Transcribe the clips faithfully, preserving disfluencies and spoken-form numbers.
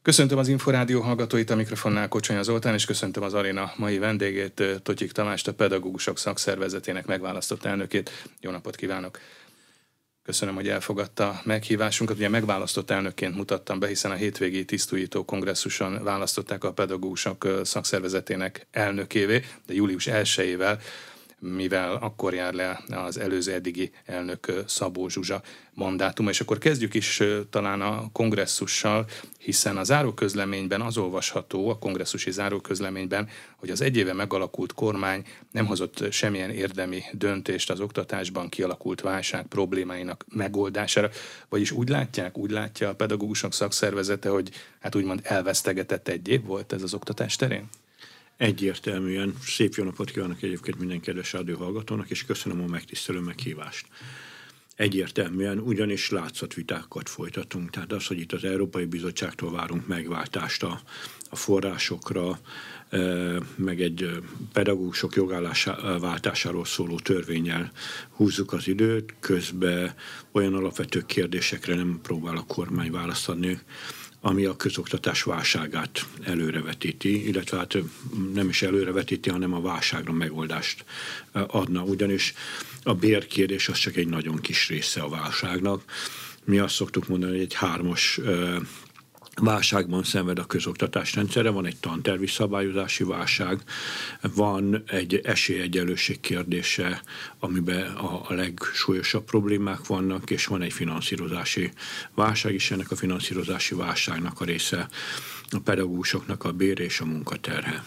Köszöntöm az Inforádió hallgatóit, a mikrofonnál Kocsonya Zoltán, és köszöntöm az aréna mai vendégét, Totyik Tamást, a Pedagógusok Szakszervezetének megválasztott elnökét. Jó napot kívánok! Köszönöm, hogy elfogadta meghívásunkat. Ugye megválasztott elnökként mutattam be, hiszen a hétvégi tisztújító kongresszuson választották a Pedagógusok Szakszervezetének elnökévé, de július elsejével, mivel akkor jár le az előző eddigi elnök Szabó Zsuzsa mandátuma. És akkor kezdjük is talán a kongresszussal, hiszen a záróközleményben az olvasható, a kongresszusi záróközleményben, hogy az egy éve megalakult kormány nem hozott semmilyen érdemi döntést az oktatásban kialakult válság problémáinak megoldására. Vagyis úgy látják, úgy látja a Pedagógusok Szakszervezete, hogy hát úgymond elvesztegetett egy év volt ez az oktatás terén? Egyértelműen. Szép jó napot kívánok egyébként minden kedves rádióhallgatónak, és köszönöm a megtisztelő meghívást. Egyértelműen, ugyanis látszatvitákat folytatunk. Tehát az, hogy itt az Európai Bizottságtól várunk megváltást a, a forrásokra, meg egy pedagógusok jogállásváltásáról szóló törvénnyel húzzuk az időt, közben olyan alapvető kérdésekre nem próbál a kormány választ adni, ami a közoktatás válságát előrevetíti, illetve hát nem is előrevetíti, hanem a válságra megoldást adna. Ugyanis a bérkérdés az csak egy nagyon kis része a válságnak. Mi azt szoktuk mondani, hogy egy hármas válságban szenved a közoktatás rendszere, van egy tantervi szabályozási válság, van egy esélyegyenlőség kérdése, amiben a, a legsúlyosabb problémák vannak, és van egy finanszírozási válság is, ennek a finanszírozási válságnak a része a pedagógusoknak a bér és a munkaterhe.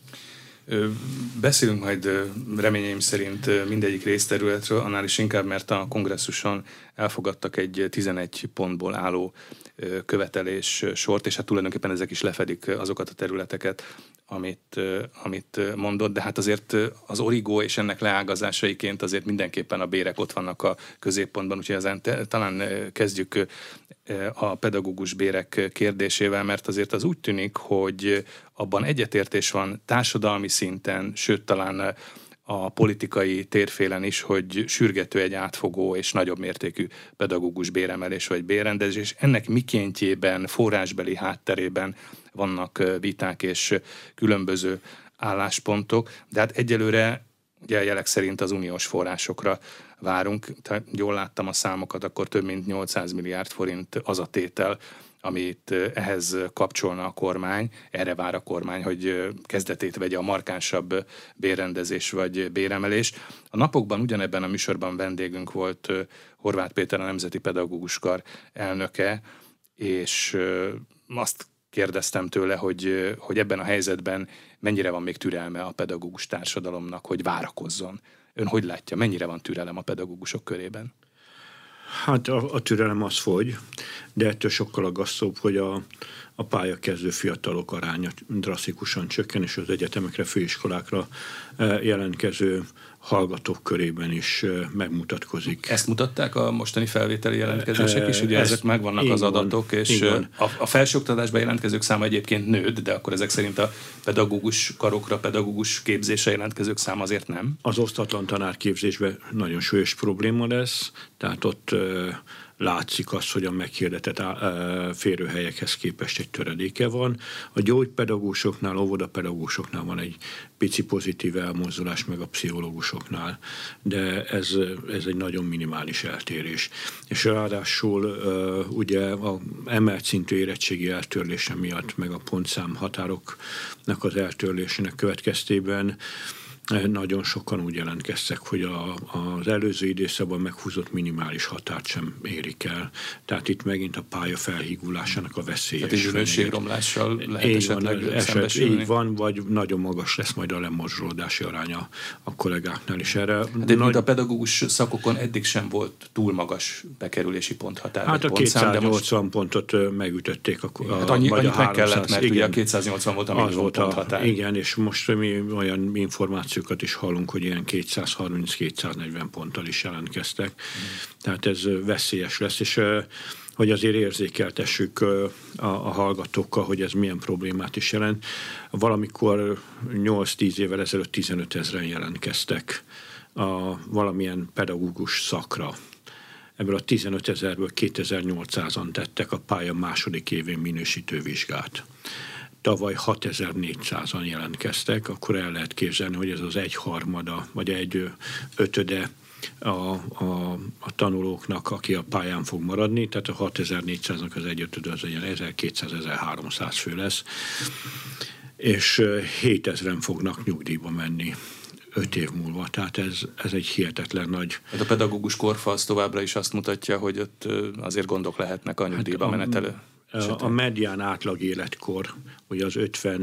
Beszélünk majd reményeim szerint mindegyik részterületről, annál is inkább, mert a kongresszuson elfogadtak egy tizenegy pontból álló követelés sort, és hát tulajdonképpen ezek is lefedik azokat a területeket, amit, amit mondott, de hát azért az origó és ennek leágazásaiként azért mindenképpen a bérek ott vannak a középpontban, úgyhogy ezen talán kezdjük a pedagógus bérek kérdésével, mert azért az úgy tűnik, hogy abban egyetértés van társadalmi szinten, sőt talán a politikai térfélen is, hogy sürgető egy átfogó és nagyobb mértékű pedagógus béremelés vagy bérrendezés. Ennek mikéntjében, forrásbeli hátterében vannak viták és különböző álláspontok, de hát egyelőre ugye jelek szerint az uniós forrásokra várunk. Ha jól láttam a számokat, akkor több mint nyolcszáz milliárd forint az a tétel, amit ehhez kapcsolna a kormány, erre vár a kormány, hogy kezdetét vegye a markánsabb bérrendezés vagy béremelés. A napokban ugyanebben a műsorban vendégünk volt Horváth Péter, a Nemzeti Pedagógus Kar elnöke, és azt kérdeztem tőle, hogy, hogy ebben a helyzetben mennyire van még türelme a pedagógus társadalomnak, hogy várakozzon. Ön hogy látja, mennyire van türelem a pedagógusok körében? Hát a, a türelem az fogy, de ettől sokkal aggasztóbb, hogy a, a pályakezdő fiatalok aránya drasztikusan csökken, és az egyetemekre, főiskolákra jelentkező hallgatók körében is megmutatkozik. Ezt mutatták a mostani felvételi jelentkezések is? Ugye Ezt, ezek megvannak az adatok, van, és a, a felsőoktatásban jelentkezők száma egyébként nőtt, de akkor ezek szerint a pedagógus karokra, pedagógus képzésre jelentkezők száma azért nem? Az osztatlan tanárképzésben nagyon súlyos probléma lesz, tehát ott látszik az, hogy a meghirdetett férőhelyekhez képest egy töredéke van. A gyógypedagógusoknál, óvodapedagógusoknál van egy pici pozitív elmozdulás, meg a pszichológusoknál, de ez, ez egy nagyon minimális eltérés. És ráadásul ugye a emelt szintű érettségi eltörlése miatt, meg a pontszám határoknak az eltörlésének következtében nagyon sokan úgy jelentkeztek, hogy a, az előző időszakban meghúzott minimális határt sem érik el. Tehát itt megint a pálya felhígulásának a veszélyes. Tehát egy minőségromlással lehet esetleg van, szembesülni? Így van, vagy nagyon magas lesz majd a lemorzsolódási aránya a kollégáknál is erre. Hát nagy... mint a pedagógus szakokon eddig sem volt túl magas bekerülési ponthatár. Hát a kétszáznyolcvan most... pontot megütötték a, a hát annyi, annyit meg kellett, mert igen, ugye a kétszáznyolcvan volt a minimum ponthatár. Igen, és most mi olyan információ is hallunk, hogy ilyen kétszázharminc-kétszáznegyven ponttal is jelentkeztek. Mm. Tehát ez veszélyes lesz, és hogy azért érzékeltessük a, a hallgatókkal, hogy ez milyen problémát is jelent. Valamikor nyolc-tíz évvel ezelőtt tizenöt ezren jelentkeztek a valamilyen pedagógus szakra. ebből a tizenötezerből kétezer-nyolcszázan tettek a pálya második évén minősítő vizsgát. Tavaly hatezer-négyszázan jelentkeztek, akkor el lehet képzelni, hogy ez az egyharmada, vagy egy ötöde a, a, a tanulóknak, aki a pályán fog maradni, tehát a hatezer-négyszáznak az egy ötöde az egy ezerkétszáz-ezerháromszáz fő lesz, és hétezren fognak nyugdíjba menni öt év múlva, tehát ez, ez egy hihetetlen nagy... Hát a pedagógus korfa az továbbra is azt mutatja, hogy ott azért gondok lehetnek a nyugdíjba hát menetelő. A, a medián átlag életkor, ugye az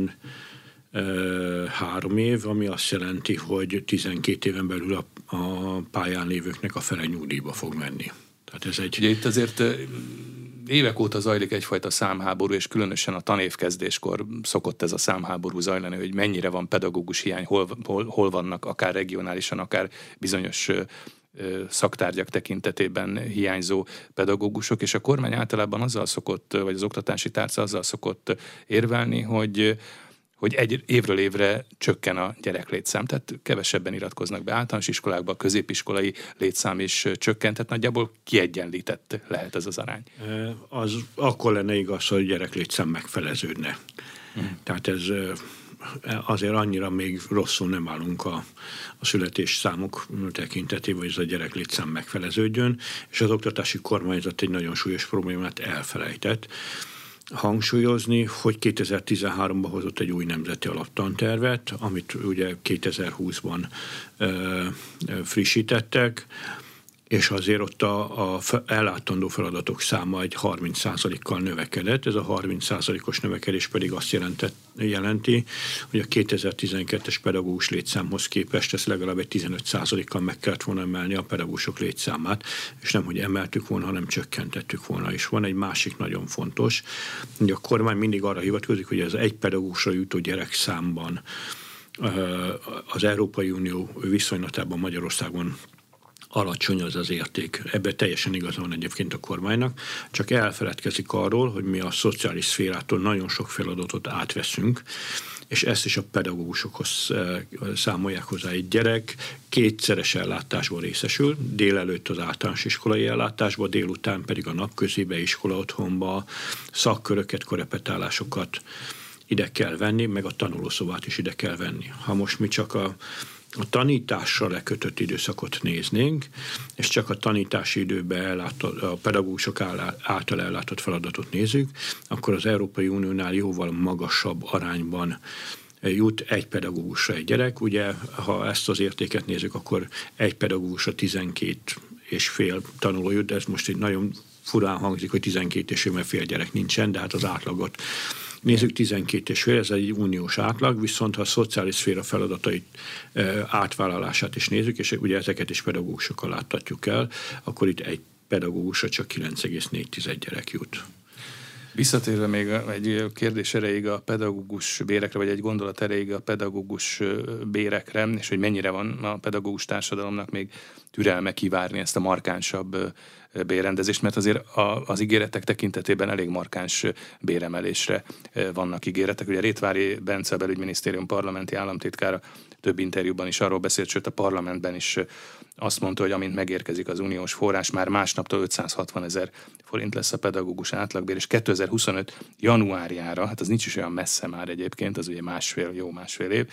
ötvenhárom év, ami azt jelenti, hogy tizenkét éven belül a, a pályán lévőknek a fele nyugdíjba fog menni. Tehát ez egy... Ugye itt azért évek óta zajlik egyfajta számháború, és különösen a tanévkezdéskor szokott ez a számháború zajlani, hogy mennyire van pedagógus hiány, hol, hol, hol vannak akár regionálisan, akár bizonyos szaktárgyak tekintetében hiányzó pedagógusok, és a kormány általában azzal szokott, vagy az oktatási tárca azzal szokott érvelni, hogy hogy egy évről évre csökken a gyereklétszám, tehát kevesebben iratkoznak be általános iskolákba, a középiskolai létszám is csökkent, tehát nagyjából kiegyenlített lehet ez az arány. Az akkor lenne igaz, hogy gyereklétszám megfeleződne. Hmm. Tehát ez azért annyira még rosszul nem állunk a, a születésszámok tekintetében, hogy ez a gyereklétszám megfeleződjön, és az oktatási kormányzat egy nagyon súlyos problémát elfelejtett hangsúlyozni, hogy kétezer-tizenháromban hozott egy új nemzeti alaptantervet, amit ugye kétezer-húszban ö, frissítettek, és azért ott a, a ellátandó feladatok száma egy harminc százalékkal növekedett. Ez a harminc százalékos növekedés pedig azt jelentett, jelenti, hogy a kétezer-tizenkettes pedagógus létszámhoz képest ez legalább egy tizenöt százalékkal meg kellett volna emelni a pedagógusok létszámát, és nem, hogy emeltük volna, hanem csökkentettük volna. És van egy másik nagyon fontos, hogy a kormány mindig arra hivatkozik, hogy az egy pedagógusra jutó gyerekszámban az Európai Unió viszonylatában Magyarországon alacsony az az érték. Ebben teljesen igaza van egyébként a kormánynak, csak elfeledkezik arról, hogy mi a szociális szférától nagyon sok feladatot átveszünk, és ezt is a pedagógusokhoz számolják hozzá. Egy gyerek kétszeres ellátásból részesül, délelőtt az általános iskolai ellátásba, délután pedig a napközébe, iskola otthonba, szakköröket, korepetálásokat ide kell venni, meg a tanulószobát is ide kell venni. Ha most mi csak a a tanításra lekötött időszakot néznénk, és csak a tanítási időben ellátott, a pedagógusok által ellátott feladatot nézzük, akkor az Európai Uniónál jóval magasabb arányban jut egy pedagógusra egy gyerek. Ugye, ha ezt az értéket nézzük, akkor egy pedagógusra tizenkét és fél tanuló jut, de ez most egy nagyon furán hangzik, hogy tizenkét és fél gyerek nincsen, de hát az átlagot nézzük, tizenkét és fél, ez egy uniós átlag, viszont ha a szociális szféra feladatait e, átvállalását is nézzük, és ugye ezeket is pedagógusokkal láttatjuk el, akkor itt egy pedagógusra csak kilenc egész négy gyerek jut. Visszatérve még egy kérdés erejéig a pedagógus bérekre, vagy egy gondolat erejéig a pedagógus bérekre, és hogy mennyire van a pedagógus társadalomnak még türelme kivárni ezt a markánsabb bérrendezést, mert azért az ígéretek tekintetében elég markáns béremelésre vannak ígéretek. Ugye Rétvári Bence, a belügyminisztérium parlamenti államtitkára több interjúban is arról beszélt, sőt a parlamentben is azt mondta, hogy amint megérkezik az uniós forrás, már másnaptól ötszázhatvan ezer forint lesz a pedagógus átlagbér, és kétezer-huszonöt januárjára, hát az nincs is olyan messze már egyébként, az ugye másfél, jó másfél év,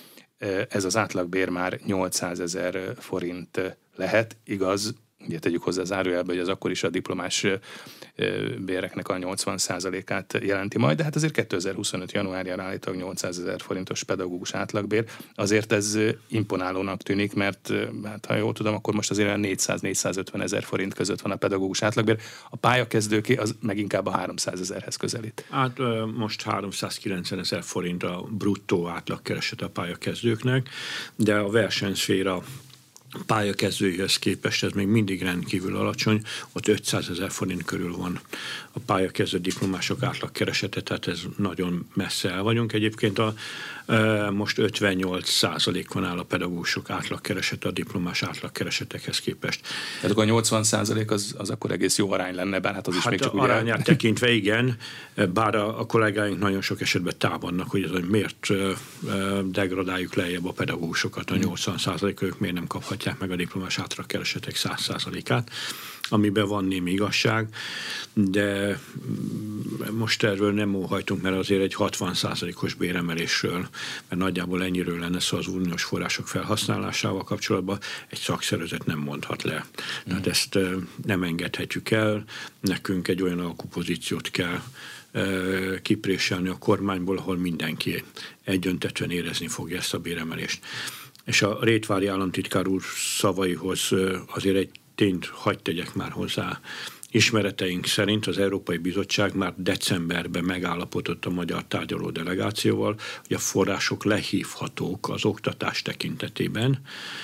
ez az átlagbér már nyolcszázezer forint lehet, igaz, ugye tegyük hozzá zárójelbe, hogy az akkor is a diplomás béreknek a nyolcvan százalékát jelenti majd, de hát azért kétezer-huszonöt januárjára állítólag nyolcszázezer forintos pedagógus átlagbér. Azért ez imponálónak tűnik, mert hát, ha jól tudom, akkor most azért négyszáz-négyszázötven ezer forint között van a pedagógus átlagbér. A pályakezdőké az meg inkább a háromszázezerhez közelít. Hát most háromszázkilencven ezer forint a bruttó átlagkereset a pályakezdőknek, de a versenyszféra pályakezdőihez képest ez még mindig rendkívül alacsony, ott ötszázezer forint körül van a pályakezdő diplomások átlagkeresete, tehát ez nagyon messze el vagyunk. Egyébként a, e, most ötvennyolc százalékon áll a pedagógusok átlagkeresete a diplomás átlagkeresetekhez képest. Tehát akkor a nyolcvan százalék az, az akkor egész jó arány lenne, bár hát az is hát még csak arányát ugye... tekintve igen, bár a, a kollégáink nagyon sok esetben támadnak, hogy ez, hogy miért e, degradáljuk lejjebb a pedagógusokat, a nyolcvan százalék, ők miért nem kaphatják meg a diplomás átlagkeresetek száz százalékát. amiben van némi igazság, de most erről nem óhajtunk, mert azért egy hatvan százalékos béremelésről, mert nagyjából ennyiről lenne szó az uniós források felhasználásával kapcsolatban, egy szakszervezet nem mondhat le. Mm. Tehát ezt nem engedhetjük el, nekünk egy olyan alkupozíciót kell kipréselni a kormányból, ahol mindenki egyöntetően érezni fogja ezt a béremelést. És a Rétvári államtitkár úr szavaihoz azért egy tényt hadd tegyek már hozzá. Ismereteink szerint az Európai Bizottság már decemberben megállapodott a magyar tárgyaló delegációval, hogy a források lehívhatók az oktatás tekintetében,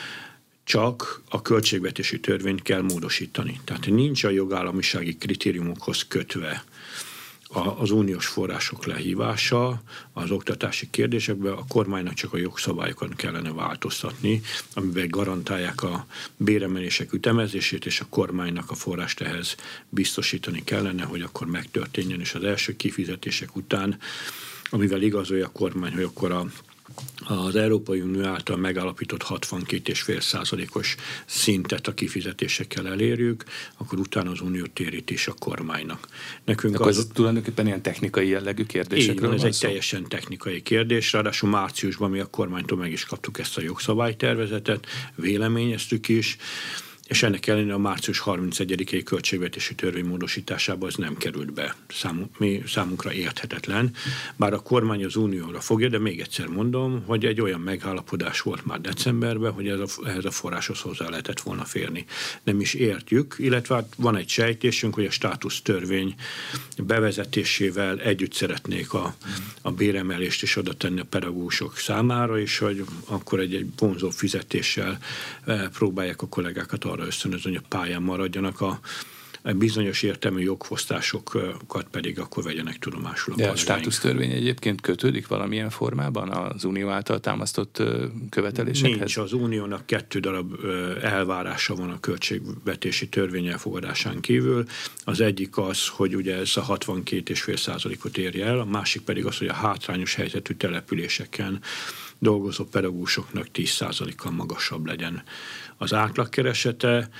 csak a költségvetési törvényt kell módosítani. Tehát nincs a jogállamisági kritériumokhoz kötve az uniós források lehívása az oktatási kérdésekben, a kormánynak csak a jogszabályokat kellene változtatni, amiben garantálják a béremelések ütemezését, és a kormánynak a forrást ehhez biztosítani kellene, hogy akkor megtörténjen, és az első kifizetések után, amivel igazolja a kormány, hogy akkor a az Európai Unió által megállapított hatvankét egész öt százalékos szintet a kifizetésekkel elérjük, akkor utána az unió térítés a kormánynak. Nekünk akkor az... ez tulajdonképpen ilyen technikai jellegű kérdésekről van, ez van egy szó? Teljesen technikai kérdés, ráadásul márciusban mi a kormánytól meg is kaptuk ezt a jogszabálytervezetet, véleményeztük is, és ennek ellenére a március harmincegyedikei költségvetési törvény módosításában ez nem került be. Számunk, mi, számunkra érthetetlen. Bár a kormány az unióra fogja, de még egyszer mondom, hogy egy olyan megállapodás volt már decemberben, hogy ez a, ehhez a forráshoz hozzá lehetett volna férni. Nem is értjük, illetve hát van egy sejtésünk, hogy a státusz törvény bevezetésével együtt szeretnék a, a béremelést is oda tenni a pedagógusok számára, és hogy akkor egy, egy vonzó fizetéssel próbálják a kollégákat arra ösztönözni, hogy a pályán maradjanak, a bizonyos értelmű jogfosztásokat pedig akkor vegyenek tudomásul a De a státusztörvény egyébként kötődik valamilyen formában az unió által támasztott követelésekhez? Nincs. Az uniónak kettő darab elvárása van a költségvetési törvény elfogadásán kívül. Az egyik az, hogy ugye ez a hatvankét egész öt százalékot érje el, a másik pedig az, hogy a hátrányos helyzetű településeken dolgozó pedagógusoknak tíz százalékkal magasabb legyen az átlagkeresete,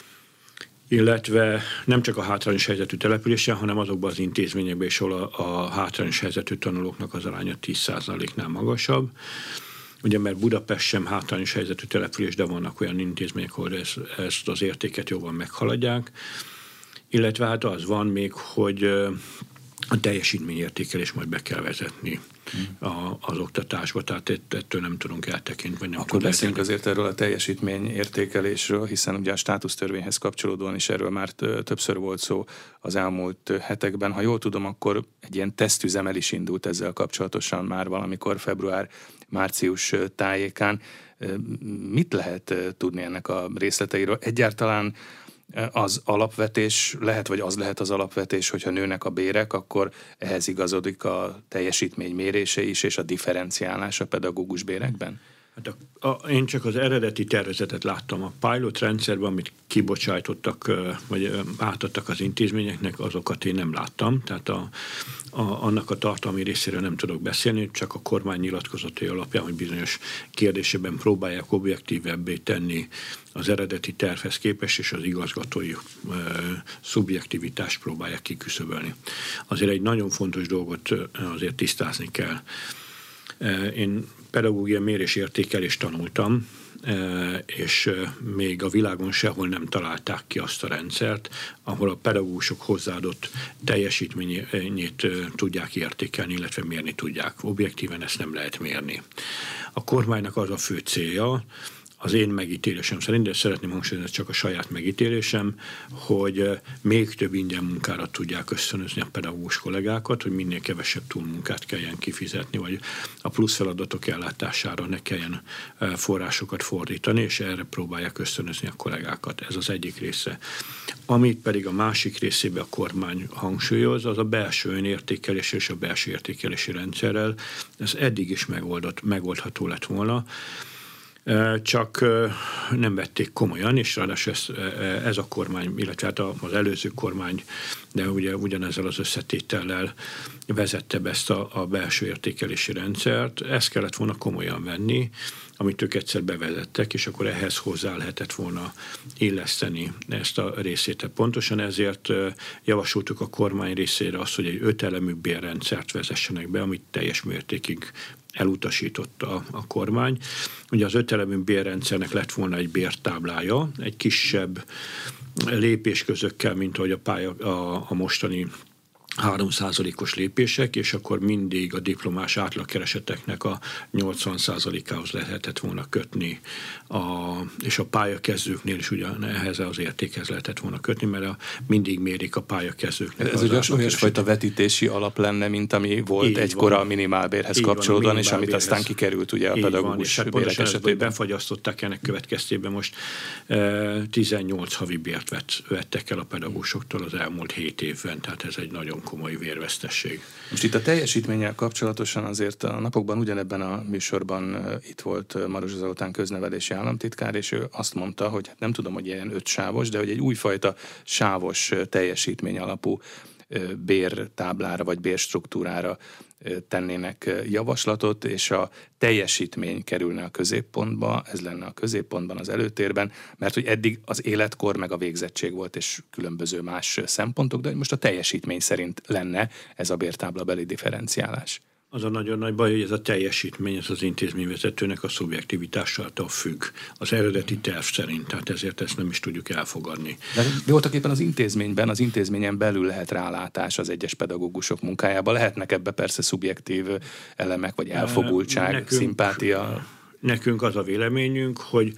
illetve nem csak a hátrányos helyzetű településen, hanem azokban az intézményekben is, ahol a, a hátrányos helyzetű tanulóknak az aránya tíz százaléknál magasabb. Ugye, mert Budapest sem hátrányos helyzetű település, de vannak olyan intézmények, ahol ez, ezt az értéket jobban meghaladják. Illetve hát az van még, hogy a teljesítményértékelés majd be kell vezetni a, az oktatásba, tehát ettől nem tudunk eltekinteni. Nem Akkor beszéljünk azért erről a teljesítményértékelésről, hiszen ugye a státusztörvényhez kapcsolódóan is erről már többször volt szó az elmúlt hetekben. Ha jól tudom, akkor egy ilyen tesztüzemel is indult ezzel kapcsolatosan már valamikor február-március tájékán. Mit lehet tudni ennek a részleteiről? Egyáltalán az alapvetés lehet, vagy az lehet az alapvetés, hogyha nőnek a bérek, akkor ehhez igazodik a teljesítmény mérése is, és a differenciálás a pedagógus bérekben? Hát a, a, én csak az eredeti tervezetet láttam. A pilot rendszerben, amit kibocsájtottak, vagy átadtak az intézményeknek, azokat én nem láttam. Tehát a, a, annak a tartalmi részéről nem tudok beszélni, csak a kormány nyilatkozatai alapján, hogy bizonyos kérdésében próbálják objektívebbé tenni az eredeti tervhez képest, és az igazgatói e, szubjektivitást próbálják kiküszöbölni. Azért egy nagyon fontos dolgot azért tisztázni kell. E, én pedagógia mérés értékelést tanultam, és még a világon sehol nem találták ki azt a rendszert, ahol a pedagógusok hozzáadott teljesítményét tudják értékelni, illetve mérni tudják. Objektíven ezt nem lehet mérni. A kormánynak az a fő célja, az én megítélésem szerint, de szeretném hangsúlyozni, csak a saját megítélésem, hogy még több ingyen munkára tudják ösztönözni a pedagógus kollégákat, hogy minél kevesebb túlmunkát kelljen kifizetni, vagy a plusz feladatok ellátására ne kelljen forrásokat fordítani, és erre próbálják ösztönözni a kollégákat. Ez az egyik része. Amit pedig a másik részében a kormány hangsúlyoz, az a belső önértékelés és a belső értékelési rendszerrel. Ez eddig is megoldott, megoldható lett volna. Csak nem vették komolyan, és ráadásul ez, ez a kormány, illetve hát az előző kormány, de ugye ugyanezzel az összetétellel vezette be ezt a, a belső értékelési rendszert. Ezt kellett volna komolyan venni, amit ők egyszer bevezettek, és akkor ehhez hozzá lehetett volna illeszteni ezt a részét. Pontosan ezért javasoltuk a kormány részére azt, hogy egy ötelemű bérrendszert vezessenek be, amit teljes mértékig elutasította a kormány. Ugye az ötelemű bérrendszernek lett volna egy bértáblája, egy kisebb lépésközökkel, mint ahogy a, pálya, a, a mostani három százalékos lépések, és akkor mindig a diplomás átlagkereseteknek a nyolcvan százalékához lehetett volna kötni, a, és a pályakezdőknél is ugyan ehhez az értékhez lehetett volna kötni, mert a, mindig mérik a pályakezdőknek. Ez ugye olyasfajta vetítési alap lenne, mint ami volt egykor a minimálbérhez így kapcsolódóan, és amit aztán kikerült ugye a pedagógus hát bérek esetében. Befagyasztották ennek következtében, most e, tizennyolc havi bért vett, vettek el a pedagógusoktól az elmúlt hét évben, tehát ez egy nagyon komoly vérvesztesség. Most itt a teljesítménnyel kapcsolatosan azért a napokban ugyanebben a műsorban itt volt Maros Zoltán köznevelési államtitkár, és ő azt mondta, hogy hát nem tudom, hogy ilyen ötsávos, de hogy egy újfajta sávos teljesítmény alapú bértáblára vagy bérstruktúrára tennének javaslatot, és a teljesítmény kerülne a középpontba, ez lenne a középpontban, az előtérben, mert hogy eddig az életkor meg a végzettség volt, és különböző más szempontok, de most a teljesítmény szerint lenne ez a bértáblabeli differenciálás. Az a nagyon nagy baj, hogy ez a teljesítmény, ez az intézményvezetőnek a szubjektivitásától függ, az eredeti terv szerint, tehát ezért ezt nem is tudjuk elfogadni. De voltak éppen az intézményben, az intézményen belül lehet rálátás az egyes pedagógusok munkájába, lehetnek ebbe persze szubjektív elemek, vagy elfogultság, nekünk, szimpátia. Nekünk az a véleményünk, hogy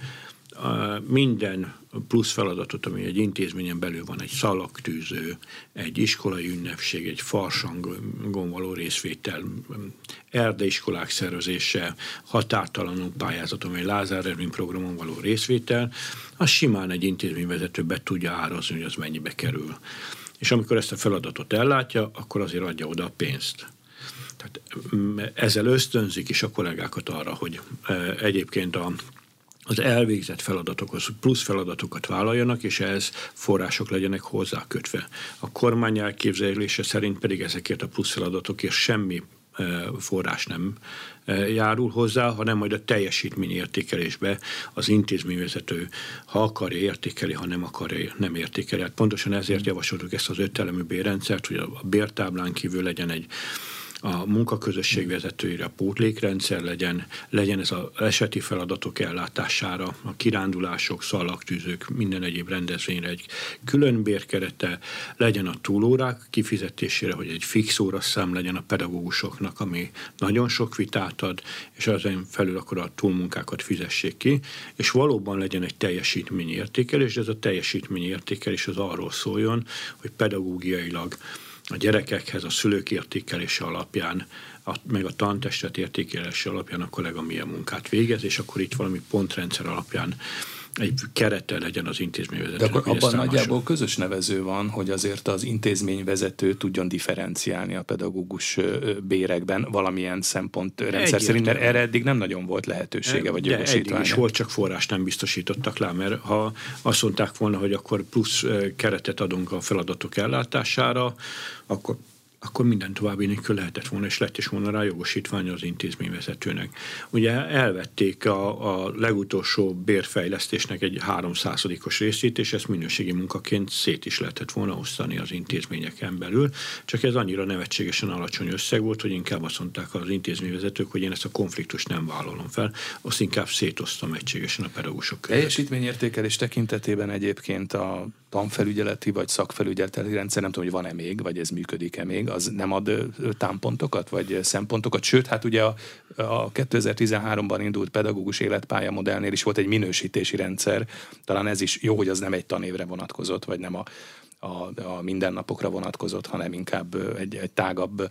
minden plusz feladatot, ami egy intézményen belül van, egy szalagtűző, egy iskolai ünnepség, egy farsangon való részvétel, erdeiskolák szervezése, határtalanul pályázaton, vagy Lázár Ervin programon való részvétel, az simán egy intézményvezető be tudja árazni, hogy az mennyibe kerül. És amikor ezt a feladatot ellátja, akkor azért adja oda a pénzt. Tehát ezzel ösztönzik is a kollégákat arra, hogy egyébként a az elvégzett feladatokhoz plusz feladatokat vállaljanak, és ehhez források legyenek hozzákötve. A kormány elképzelése szerint pedig ezekért a plusz feladatokért semmi forrás nem járul hozzá, hanem majd a teljesítményértékelésbe az intézményvezető, ha akarja, értékeli, ha nem akarja, nem értékeli. Hát pontosan ezért javasoltuk ezt az ötelemű bérrendszert, hogy a bértáblán kívül legyen egy a munkaközösség vezetőire a pótlékrendszer legyen, legyen ez az eseti feladatok ellátására, a kirándulások, szalagtűzők, minden egyéb rendezvényre egy külön bérkerete, legyen a túlórák kifizetésére, hogy egy fix óraszám legyen a pedagógusoknak, ami nagyon sok vitát ad, és ezen felül akkor a túlmunkákat fizessék ki, és valóban legyen egy teljesítményértékelés, de ez a teljesítményértékelés az arról szóljon, hogy pedagógiailag a gyerekekhez a szülők értékelése alapján, a, meg a tantestet értékelése alapján a kollega milyen munkát végez, és akkor itt valami pontrendszer alapján egy kerete legyen az intézményvezetőnek. De akkor abban nagyjából közös nevező van, hogy azért az intézményvezető tudjon differenciálni a pedagógus bérekben valamilyen szempontrendszer szerint, mert erre eddig nem nagyon volt lehetősége vagy jogosítványa. De eddig is volt, csak forrást nem biztosítottak le, mert ha azt mondták volna, hogy akkor plusz keretet adunk a feladatok ellátására, akkor akkor minden további nélkül lehetett volna, és lett is volna rá jogosítványa az intézményvezetőnek. Ugye elvették a, a legutolsó bérfejlesztésnek egy három százalékos részét, és ezt minőségi munkaként szét is lehetett volna osztani az intézményeken belül, csak ez annyira nevetségesen alacsony összeg volt, hogy inkább azt mondták az intézményvezetők, hogy én ezt a konfliktust nem vállalom fel, azt inkább szétosztom egységesen a pedagógusok között. Teljesítményértékelés tekintetében egyébként a tanfelügyeleti vagy szakfelügyeleti rendszer, nem tudom, hogy van-e még, vagy ez működik-e még, az nem ad támpontokat, vagy szempontokat, sőt, hát ugye a, a kétezer-tizenháromban indult pedagógus életpálya modellnél is volt egy minősítési rendszer, talán ez is jó, hogy az nem egy tanévre vonatkozott, vagy nem a, a, a mindennapokra vonatkozott, hanem inkább egy, egy tágabb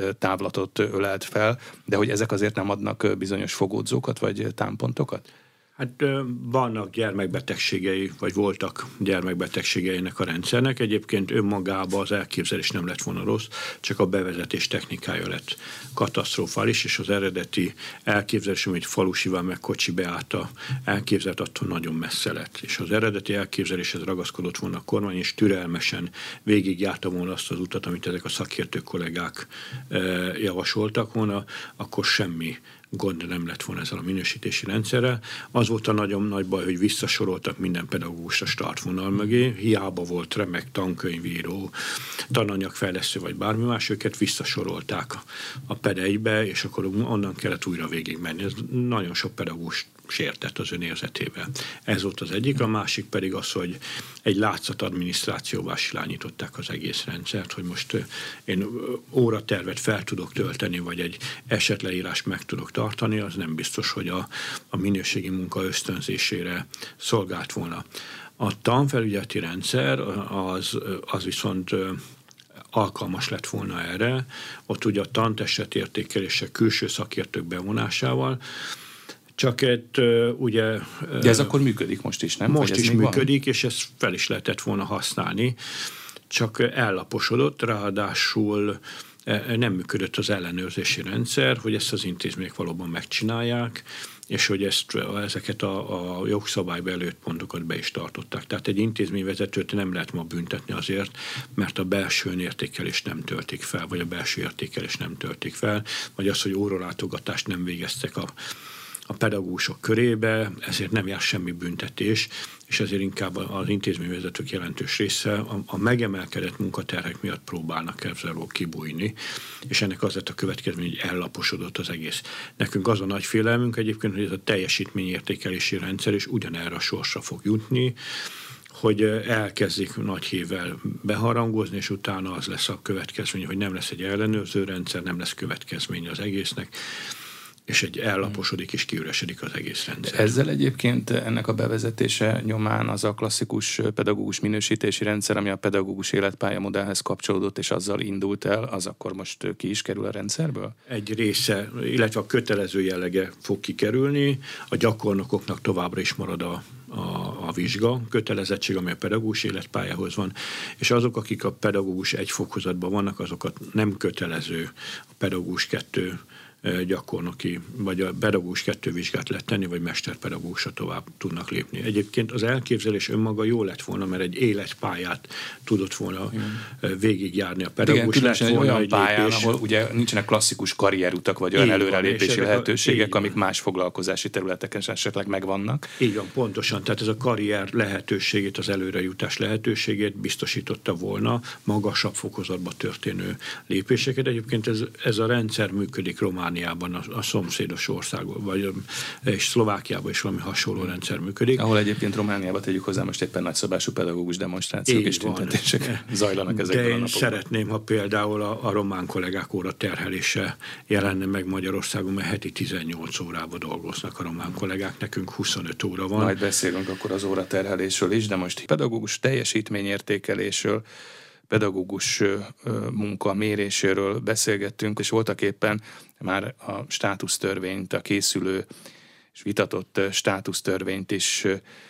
távlatot ölelt fel, de hogy ezek azért nem adnak bizonyos fogódzókat, vagy támpontokat? Hát vannak gyermekbetegségei, vagy voltak gyermekbetegségeinek a rendszernek. Egyébként önmagában az elképzelés nem lett volna rossz, csak a bevezetés technikája lett katasztrofális, és az eredeti elképzelés, amit Falusival meg Kocsi Beáta elképzelt, attól nagyon messze lett. És az eredeti elképzeléshez ragaszkodott volna a kormány, és türelmesen végigjárta volna azt az utat, amit ezek a szakértő kollégák javasoltak volna, akkor semmi gond nem lett volna ezzel a minősítési rendszerrel. Az volt a nagyon nagy baj, hogy visszasoroltak minden pedagógust a startvonal mögé, hiába volt remek tankönyvíró, tananyagfejlesztő vagy bármi más, őket visszasorolták a pedegybe, és akkor onnan kellett újra végigmenni. Ez nagyon sok pedagógus sértett az önérzetével. Ez volt az egyik, a másik pedig az, hogy egy látszatadminisztrációvá silányították az egész rendszert, hogy most én óratervet fel tudok tölteni, vagy egy esetleírást meg tudok tartani, az nem biztos, hogy a, a minőségi munka ösztönzésére szolgált volna. A tanfelügyeleti rendszer az, az viszont alkalmas lett volna erre, ott ugye a tantestet értékelése külső szakértők bevonásával, csak egy, ugye... De ez akkor működik most is, nem? Most is működik, van? És ezt fel is lehetett volna használni, csak ellaposodott, ráadásul nem működött az ellenőrzési rendszer, hogy ezt az intézmények valóban megcsinálják, és hogy ezt, ezeket a, a jogszabályba előtt pontokat be is tartották. Tehát egy intézményvezetőt nem lehet ma büntetni azért, mert a belső értékelést nem töltik fel, vagy a belső értékelést nem töltik fel, vagy az, hogy óralátogatást nem végeztek a a pedagógusok körébe, ezért nem jár semmi büntetés, és ezért inkább az intézményvezetők jelentős része a, a megemelkedett munkaterhek miatt próbálnak ezzel kibújni, és ennek az lett a következmény, hogy ellaposodott az egész. Nekünk az a nagy félelmünk egyébként, hogy ez a teljesítményértékelési rendszer is ugyanerre a sorsra fog jutni, hogy elkezdik nagy hívvel beharangozni, és utána az lesz a következmény, hogy nem lesz egy ellenőrző rendszer, nem lesz következmény az egésznek, és egy ellaposodik és kiüresedik az egész rendszer. Ezzel egyébként ennek a bevezetése nyomán az a klasszikus pedagógus minősítési rendszer, ami a pedagógus életpálya modellhez kapcsolódott, és azzal indult el, az akkor most ki is kerül a rendszerből? Egy része, illetve a kötelező jellege fog kikerülni, a gyakornokoknak továbbra is marad a A, a vizsga kötelezettség, ami a pedagógus életpályához van, és azok, akik a pedagógus egy fokozatban vannak, azokat nem kötelező a pedagógus kettő gyakornoki, vagy a pedagógus kettő vizsgát lehet tenni, vagy mesterpedagógusra tovább tudnak lépni. Egyébként az elképzelés önmaga jó lett volna, mert egy életpályát tudott volna igen. végigjárni a pedagógus. Igen, lett volna egy olyan egy pályán, lépés, ahol ugye nincsenek klasszikus karrierutak, vagy olyan előrelépési lehetőségek, a, amik más foglalkozási területeken esetleg megvannak. Így van, pontosan. Tehát ez a karrier lehetőségét, az előrejutás lehetőségét biztosította volna magasabb fokozatba történő lépéseket. Egyébként ez, ez a rendszer működik Romániában, a, a szomszédos országban, vagy és Szlovákiában is valami hasonló rendszer működik. Ahol egyébként Romániában tegyük hozzá, most éppen nagyszabású pedagógus demonstrációk és tüntetések zajlanak ezekben a napokban. De én szeretném, ha például a, a román kollégák óra terhelése jelenne meg Magyarországon, mert heti tizennyolc órában dolgoznak a román kollégák, nekünk huszonöt óra van. Majd beszélünk akkor az óra terhelésről is, de most pedagógus teljesítményértékelésről, pedagógus munka méréséről beszélgettünk, és voltak éppen már a státusztörvényt, a készülő és vitatott státusztörvényt is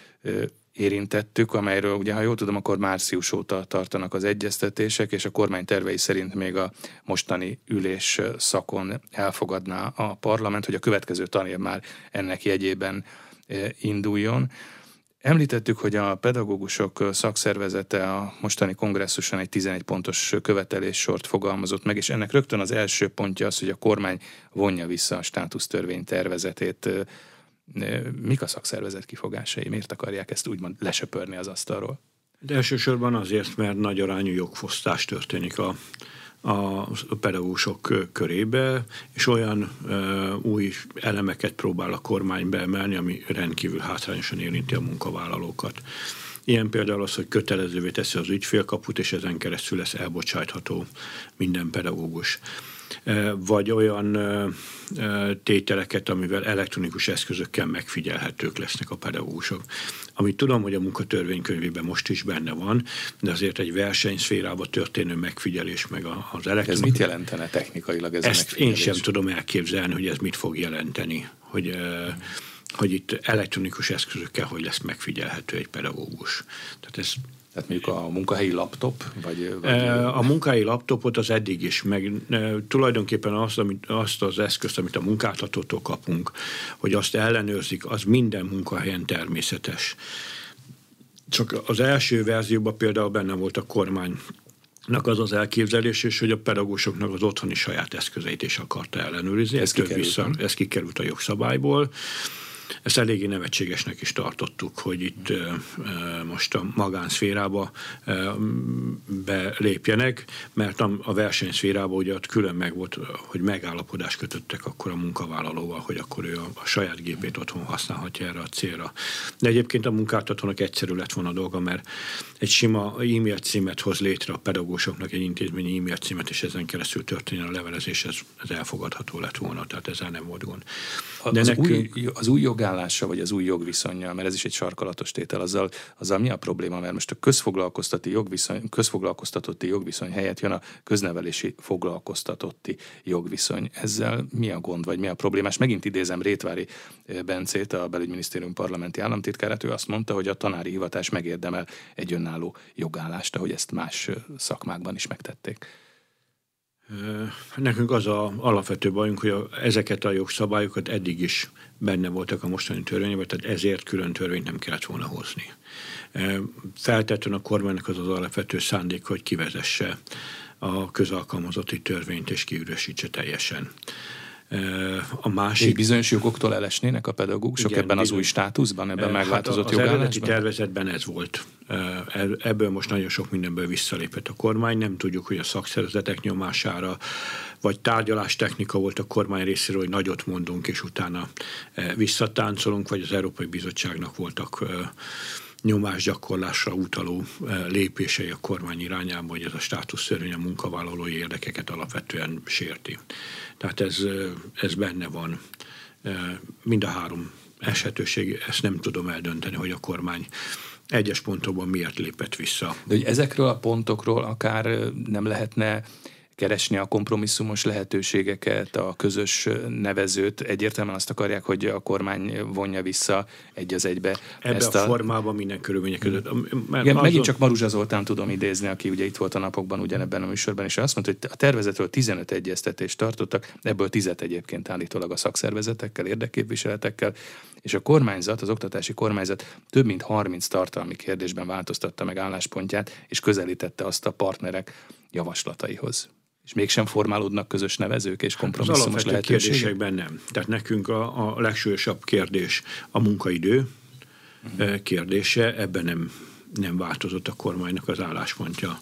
érintettük, amelyről ugye, ha jól tudom, akkor március óta tartanak az egyeztetések, és a kormány tervei szerint még a mostani ülés szakon elfogadná a parlament, hogy a következő tanév már ennek jegyében induljon. Említettük, hogy a pedagógusok szakszervezete a mostani kongresszuson egy tizenegy pontos követeléssort fogalmazott meg, és ennek rögtön az első pontja az, hogy a kormány vonja vissza a státusztörvény tervezetét. Mik a szakszervezet kifogásai? Miért akarják ezt úgymond lesöpörni az asztalról? De elsősorban azért, mert nagy arányú jogfosztás történik a a pedagógusok körébe, és olyan uh, új elemeket próbál a kormány beemelni, ami rendkívül hátrányosan érinti a munkavállalókat. Ilyen például az, hogy kötelezővé teszi az ügyfélkaput, és ezen keresztül lesz elbocsátható minden pedagógus. Vagy olyan tételeket, amivel elektronikus eszközökkel megfigyelhetők lesznek a pedagógusok. Amit tudom, hogy a munkatörvénykönyvében most is benne van, de azért egy versenyszférában történő megfigyelés meg az elektronikus... Ez mit jelentene technikailag ez Ezt a megfigyelés? Én sem tudom elképzelni, hogy ez mit fog jelenteni. Hogy hogy itt elektronikus eszközökkel hogy lesz megfigyelhető egy pedagógus. Tehát ez Tehát mondjuk a munkahelyi laptop? Vagy, vagy... A munkahelyi laptopot az eddig is, meg tulajdonképpen azt, amit, azt az eszközt, amit a munkáltatótól kapunk, hogy azt ellenőrzik, az minden munkahelyen természetes. Csak az első verzióban például benne volt a kormánynak az az elképzelés, és hogy a pedagógusoknak az otthoni saját eszközeit is akarta ellenőrizni. Ez, ez, vissza, ez kikerült a jogszabályból. Ezt eléggé nevetségesnek is tartottuk, hogy itt e, most a magánszférába e, belépjenek, mert a, a versenyszférába ugye ott külön meg volt, hogy megállapodást kötöttek akkor a munkavállalóval, hogy akkor ő a, a saját gépét otthon használhatja erre a célra. De egyébként a munkáltatónak egyszerű lett volna a dolga, mert egy sima e-mail címet hoz létre a pedagógusoknak, egy intézményi e-mail címet, és ezen keresztül történjen a levelezés, ez, ez elfogadható lett volna, tehát ezzel nem volt gond. De az, nekünk, új, az új jogállása, vagy az új jogviszonnyal, mert ez is egy sarkalatos tétel, azzal, azzal mi a probléma? Mert most a közfoglalkoztati jogviszony, közfoglalkoztatotti jogviszony helyett jön a köznevelési foglalkoztatotti jogviszony. Ezzel mi a gond, vagy mi a probléma? És megint idézem Rétvári Bencét, a Belügyminisztérium parlamenti államtitkárát, ő azt mondta, hogy a tanári hivatás megérdemel egy önálló jogállást, ahogy ezt más szakmákban is megtették. Nekünk az az alapvető bajunk, hogy a, ezeket a jogszabályokat eddig is benne voltak a mostani törvényben, tehát ezért külön törvényt nem kellett volna hozni. Feltétlenül a kormánynak az az alapvető szándék, hogy kivezesse a közalkalmazotti törvényt és kiüresítse teljesen. A másik... És bizonyos jogoktól elesnének a pedagógusok igen, ebben bizony, az új státuszban, ebben hát megváltozott az jogállásban? Az eredeti tervezetben ez volt. Ebből most nagyon sok mindenből visszalépett a kormány. Nem tudjuk, hogy a szakszervezetek nyomására, vagy tárgyalástechnika volt a kormány részéről, hogy nagyot mondunk, és utána visszatáncolunk, vagy az Európai Bizottságnak voltak nyomásgyakorlásra utaló lépései a kormány irányába, hogy ez a státusztörvény a munkavállalói érdekeket alapvetően sérti. Tehát ez, ez benne van. Mind a három esetőség, ezt nem tudom eldönteni, hogy a kormány egyes pontokban miért lépett vissza. De hogy ezekről a pontokról akár nem lehetne keresni a kompromisszumos lehetőségeket, a közös nevezőt. Egyértelműen azt akarják, hogy a kormány vonja vissza egy az egybe. Ebbe ezt a, a formában minden körülmények között. Igen, azon... Megint csak Maruzsa Zoltán tudom idézni, aki ugye itt volt a napokban ugyanebben a műsorban, és azt mondta, hogy a tervezetről tizenöt egyeztetést tartottak, ebből tízet egyébként állítólag a szakszervezetekkel, érdekképviseletekkel, és a kormányzat, az oktatási kormányzat több mint harminc tartalmi kérdésben változtatta meg álláspontját, és közelítette azt a partnerek javaslataihoz. És mégsem formálódnak közös nevezők és kompromisszumos lehetőségek? Az kérdésekben nem. Tehát nekünk a, a legsúlyosabb kérdés a munkaidő uh-huh. kérdése, ebben nem, nem változott a kormánynak az álláspontja.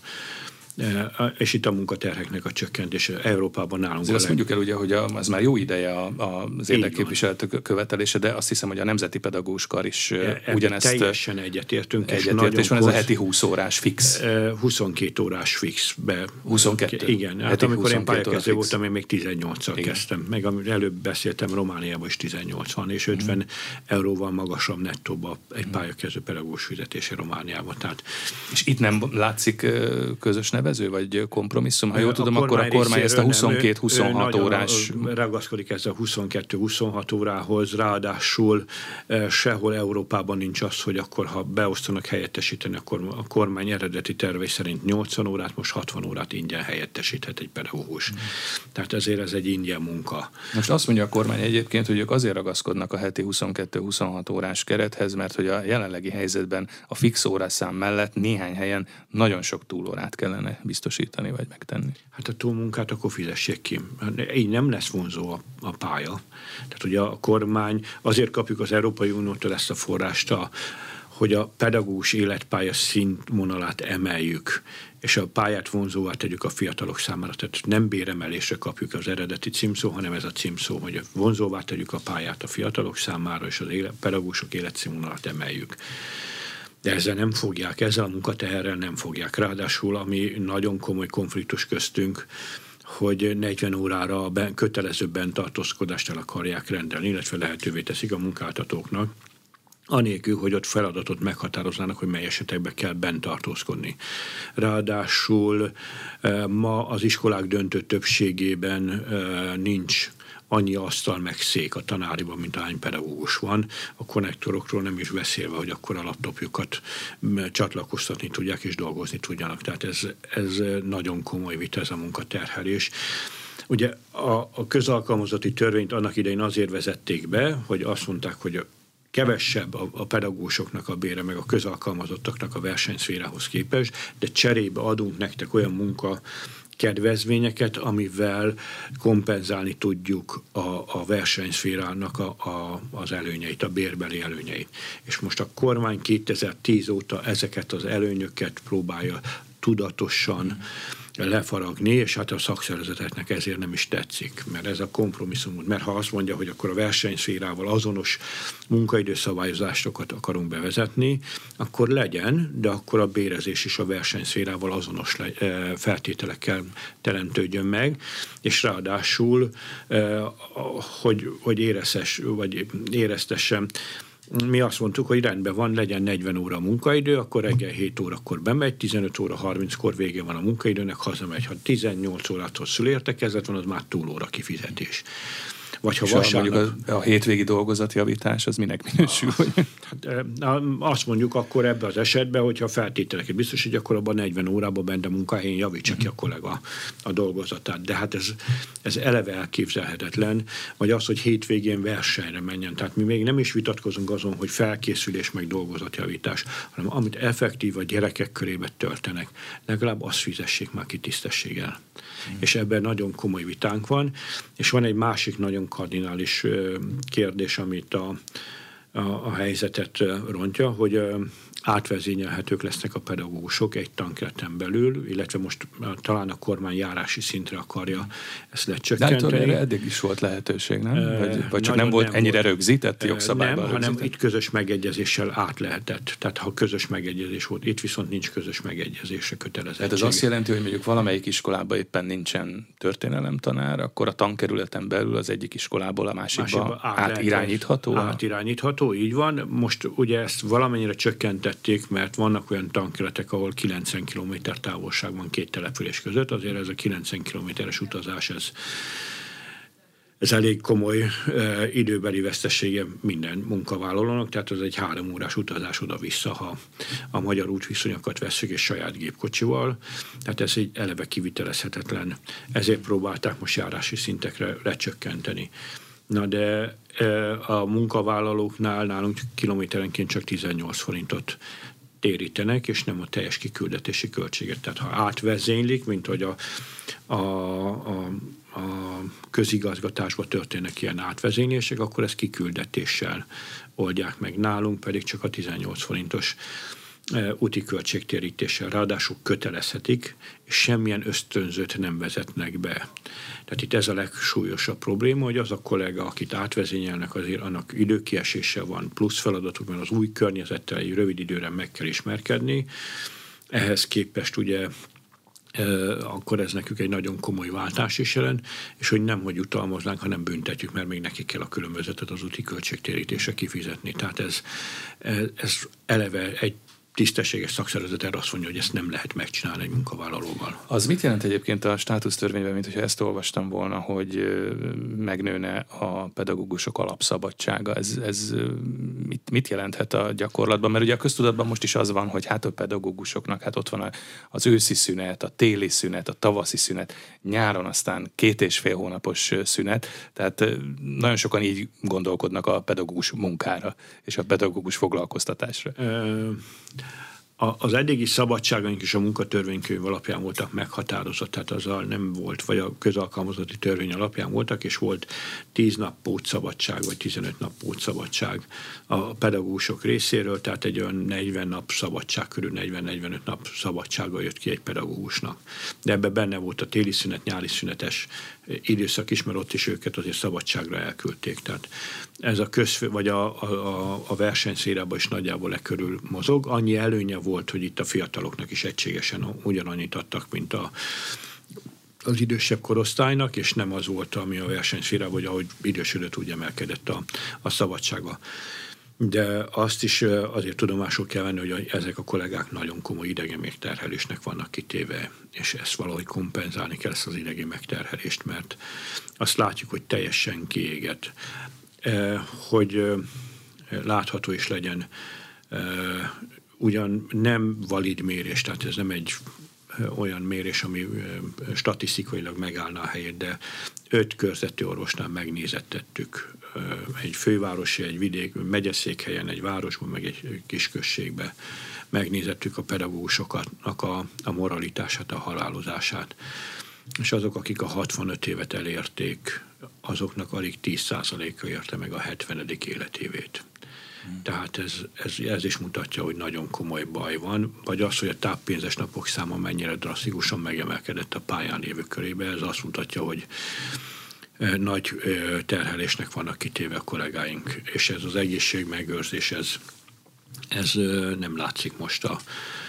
És itt a munkaterheknek a csökkentése Európában nálunk. Azért azt mondjuk el ugye, hogy az már jó ideje a, a, az érdekképviseletek követelése, de azt hiszem, hogy a Nemzeti Pedagógus Kar is e, ugyanezt... Teljesen egyetértünk. Egyetértés van, ez a heti húsz órás fix. huszonkettő órás fixbe. huszonkettő? Igen. Hát amikor én pályakezdő voltam, én még tizennyolccal kezdtem. Meg előbb beszéltem, Romániában is tizennyolc van, és ötven hmm. euróval magasabb nettóba egy pályakezdő pedagógus fizetése Romániában. Tehát... És itt nem látszik közös nevező, vagy kompromisszum? Ha jól tudom, a akkor a kormány ezt a huszonkettő-huszonhat órás... Ragaszkodik ez a huszonkettő-huszonhat órához, ráadásul sehol Európában nincs az, hogy akkor, ha beosztanak helyettesíteni, akkor a kormány eredeti tervei szerint nyolcvan órát, most hatvan órát ingyen helyettesíthet egy pedagógus. Mm. Tehát ezért ez egy ingyen munka. Most azt mondja a kormány egyébként, hogy ők azért ragaszkodnak a heti huszonkettő-huszonhat órás kerethez, mert hogy a jelenlegi helyzetben a fix órászám mellett néhány helyen nagyon sok túlórát kellene biztosítani, vagy megtenni. Hát a túlmunkát akkor fizessék ki. Így nem lesz vonzó a, a pálya. Tehát ugye a kormány, azért kapjuk az Európai Uniótól ezt a forrást, a, hogy a pedagógus életpálya színvonalát emeljük, és a pályát vonzóvá tegyük a fiatalok számára. Tehát nem béremelésre kapjuk az eredeti címszó, hanem ez a címszó, hogy vonzóvá tegyük a pályát a fiatalok számára, és az élet, pedagógusok életszínvonalát emeljük. De ezzel nem fogják, ezzel a munkateherrel nem fogják. Ráadásul, ami nagyon komoly konfliktus köztünk, hogy negyven órára ben, kötelező bentartózkodást el akarják rendelni, illetve lehetővé teszik a munkáltatóknak, anélkül, hogy ott feladatot meghatároznának, hogy mely esetekben kell bentartózkodni. Ráadásul ma az iskolák döntő többségében nincs annyi asztal meg szék a tanáriban, mint ahány pedagógus van, a konnektorokról nem is beszélve, hogy akkor a laptopjukat csatlakoztatni tudják és dolgozni tudjanak. Tehát ez, ez nagyon komoly vita, ez a munkaterhelés. Ugye a, a közalkalmazotti törvényt annak idején azért vezették be, hogy azt mondták, hogy kevesebb a, a pedagógusoknak a bére, meg a közalkalmazottaknak a versenyszférához képest, de cserébe adunk nektek olyan munka kedvezményeket, amivel kompenzálni tudjuk a, a versenyszférának a, a, az előnyeit, a bérbeli előnyeit. És most a kormány kétezer-tíz óta ezeket az előnyöket próbálja tudatosan lefaragni, és hát a szakszervezeteknek ezért nem is tetszik, mert ez a kompromisszum, mert ha azt mondja, hogy akkor a versenyszférával azonos munkaidőszabályozásokat akarunk bevezetni, akkor legyen, de akkor a bérezés is a versenyszférával azonos feltételekkel teremtődjön meg, és ráadásul, hogy, hogy éreztes, vagy éreztessem, mi azt mondtuk, hogy rendben van, legyen negyven óra munkaidő, akkor reggel hét órakor bemegy, tizenöt óra harminckor vége van a munkaidőnek, hazamegy. Ha tizennyolc órától szülértekezlet van, az már túlóra kifizetés. Vagy ha vasárnap... mondjuk a, a hétvégi dolgozatjavítás, az minek minősül? Hát, azt mondjuk akkor ebben az esetben, hogyha feltételeket biztosít, akkor abban negyven órában bent a munkahelyén javítsa ki a kollega a dolgozatát. De hát ez, ez eleve elképzelhetetlen, vagy az, hogy hétvégén versenyre menjen. Tehát mi még nem is vitatkozunk azon, hogy felkészülés meg dolgozatjavítás, hanem amit effektív a gyerekek körébe töltenek, legalább azt fizessék már ki tisztességgel. Mm. És ebben nagyon komoly vitánk van, és van egy másik nagyon kardinális kérdés, amit a, a, a helyzetet rontja, hogy átvezényelhetők lesznek a pedagógusok egy tankereten belül, illetve most talán a kormány járási szintre akarja ezt lecsökkenteni. De hát eddig is volt lehetőség, nem? Vagy, vagy csak nem volt nem ennyire volt, rögzített jogszabályban? Nem, hanem itt közös megegyezéssel át lehetett. Tehát ha közös megegyezés volt, itt viszont nincs közös megegyezésre kötelezettség. Tehát ez azt jelenti, hogy mondjuk valamelyik iskolában éppen nincsen történelemtanár, akkor a tankerületen belül az egyik iskolából a másikba, másikba át átirányítható? Átirányítható, így van. Most ugye ezt valamennyire csökkentett, mert vannak olyan tankerületek, ahol kilencven kilométer távolság van két település között, azért ez a kilencven kilométeres utazás, ez, ez elég komoly e, időbeli vesztesége minden munkavállalónak, tehát ez egy három órás utazás oda-vissza, ha a magyar útviszonyokat vesszük és saját gépkocsival, tehát ez egy eleve kivitelezhetetlen. Ezért próbálták most járási szintekre lecsökkenteni. Na de a munkavállalóknál nálunk kilométerenként csak tizennyolc forintot térítenek, és nem a teljes kiküldetési költséget. Tehát ha átvezénylik, mint hogy a, a, a, a közigazgatásban történnek ilyen átvezénylések, akkor ezt kiküldetéssel oldják meg. Nálunk pedig csak a tizennyolc forintos úti költségtérítéssel, ráadásul kötelezhetik, és semmilyen ösztönzőt nem vezetnek be. Tehát itt ez a legsúlyosabb probléma, hogy az a kollega, akit átvezényelnek, azért annak időkiesése van, plusz feladatuk, mert az új környezettel egy rövid időre meg kell ismerkedni. Ehhez képest ugye akkor ez nekük egy nagyon komoly váltás is jelent, és hogy nem, hogy utalmaznánk, hanem büntetjük, mert még nekik kell a különbözetet az úti költségtérítésre kifizetni. Tehát ez, ez eleve egy tisztességes szakszervezet erre azt mondja, hogy ezt nem lehet megcsinálni egy munkavállalóval. Az mit jelent egyébként a státusztörvényben, mint hogyha ezt olvastam volna, hogy megnőne a pedagógusok alapszabadsága? Ez, ez mit, mit jelenthet a gyakorlatban? Mert ugye a köztudatban most is az van, hogy hát a pedagógusoknak hát ott van az őszi szünet, a téli szünet, a tavaszi szünet, nyáron aztán két és fél hónapos szünet, tehát nagyon sokan így gondolkodnak a pedagógus munkára és a pedagógus foglalkoztatásra. Ö... Az eddigi szabadságaink is a munkatörvénykönyv alapján voltak meghatározott, tehát azzal nem volt, vagy a közalkalmazotti törvény alapján voltak, és volt tíz nap pótszabadság, vagy tizenöt nap pótszabadság a pedagógusok részéről, tehát egy olyan negyven nap szabadság, körül negyven-negyvenöt nap szabadsága jött ki egy pedagógusnak. De ebben benne volt a téli szünet, nyári szünetes időszak is, mert ott is őket azért szabadságra elküldték. Tehát ez a köz, vagy a, a, a versenyszférában is nagyjából e körül mozog. Annyi előnye volt, hogy itt a fiataloknak is egységesen ugyanannyit adtak, mint a, az idősebb korosztálynak, és nem az volt, ami a versenyszférában, hogy ahogy idősödött, úgy emelkedett a, a szabadsága. de azt is azért tudomásul kell venni, hogy ezek a kollégák nagyon komoly idegi megterhelésnek vannak kitéve, és ezt valahogy kompenzálni kell, ezt az idegi megterhelést, mert azt látjuk, hogy teljesen kiéget. Hogy látható is legyen, ugyan nem valid mérés, tehát ez nem egy olyan mérés, ami statisztikailag megállna a helyét, de öt körzeti orvosnál megnézettettük egy fővárosi, egy vidék, megyeszékhelyen, egy városban, meg egy kisközségben megnézettük a pedagógusoknak a, a moralitását, a halálozását. És azok, akik a hatvanöt évet elérték, azoknak alig tíz százaléka érte meg a hetvenedik életévét. Hmm. Tehát ez, ez, ez is mutatja, hogy nagyon komoly baj van, vagy az, hogy a táppénzes napok száma mennyire drasztikusan megemelkedett a pályán lévők körébe, ez azt mutatja, hogy nagy terhelésnek vannak kitéve a kollégáink, és ez az egészségmegőrzés, ez, ez nem látszik most a